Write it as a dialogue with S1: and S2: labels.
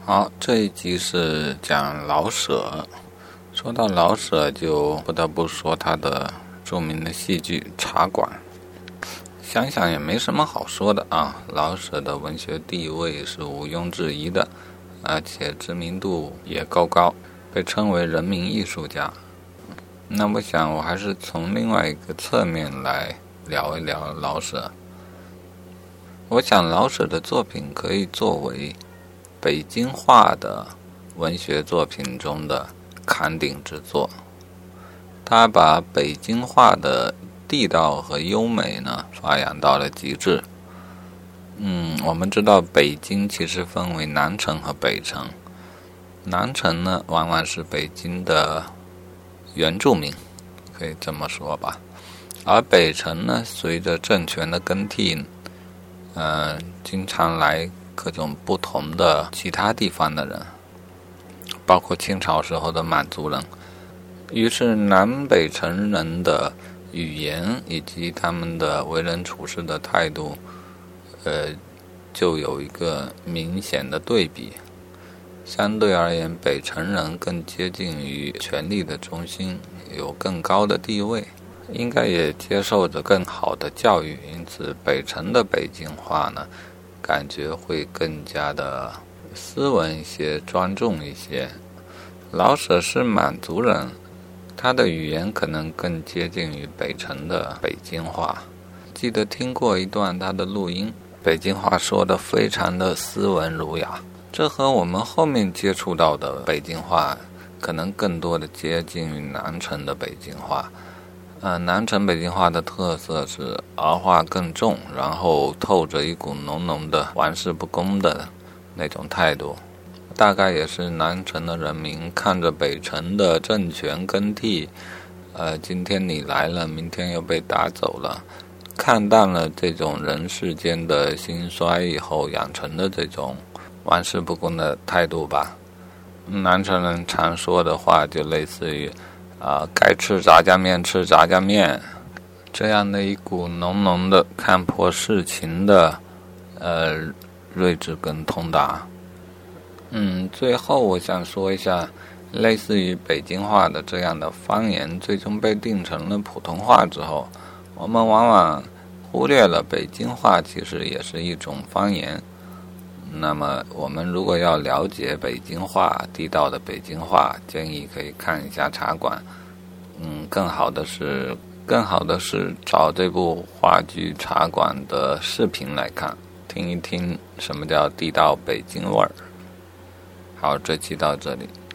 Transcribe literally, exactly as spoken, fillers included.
S1: 好，这一集是讲老舍。说到老舍，就不得不说他的著名的戏剧《茶馆》。想想也没什么好说的啊，老舍的文学地位是毋庸置疑的，而且知名度也够高，被称为人民艺术家。那我想我还是从另外一个侧面来聊一聊老舍。我想老舍的作品可以作为北京话的文学作品中的坎顶之作，他把北京话的地道和优美呢发扬到了极致。嗯，我们知道北京其实分为南城和北城，南城呢往往是北京的原住民，可以这么说吧，而北城呢随着政权的更替，呃，经常来各种不同的其他地方的人，包括清朝时候的满族人。于是南北城人的语言以及他们的为人处事的态度，呃，就有一个明显的对比。相对而言，北城人更接近于权力的中心，有更高的地位，应该也接受着更好的教育，因此北城的北京话呢，感觉会更加的斯文一些，庄重一些。老舍是满族人，他的语言可能更接近于北城的北京话。记得听过一段他的录音，北京话说得非常的斯文儒雅，这和我们后面接触到的北京话可能更多的接近于南城的北京话。呃，南城北京话的特色是儿化更重，然后透着一股浓浓的玩世不恭的那种态度。大概也是南城的人民看着北城的政权更替，呃，今天你来了，明天又被打走了，看淡了这种人世间的兴衰以后养成的这种玩世不恭的态度吧。南城人常说的话就类似于啊、呃，该吃炸酱面吃炸酱面，这样的一股浓浓的看破世情的呃睿智跟通达。嗯，最后我想说一下，类似于北京话的这样的方言最终被定成了普通话之后，我们往往忽略了北京话其实也是一种方言。那么我们如果要了解北京话，地道的北京话，建议可以看一下茶馆。嗯，更好的是更好的是找这部话剧茶馆的视频来看，听一听什么叫地道北京味儿。好，这期到这里。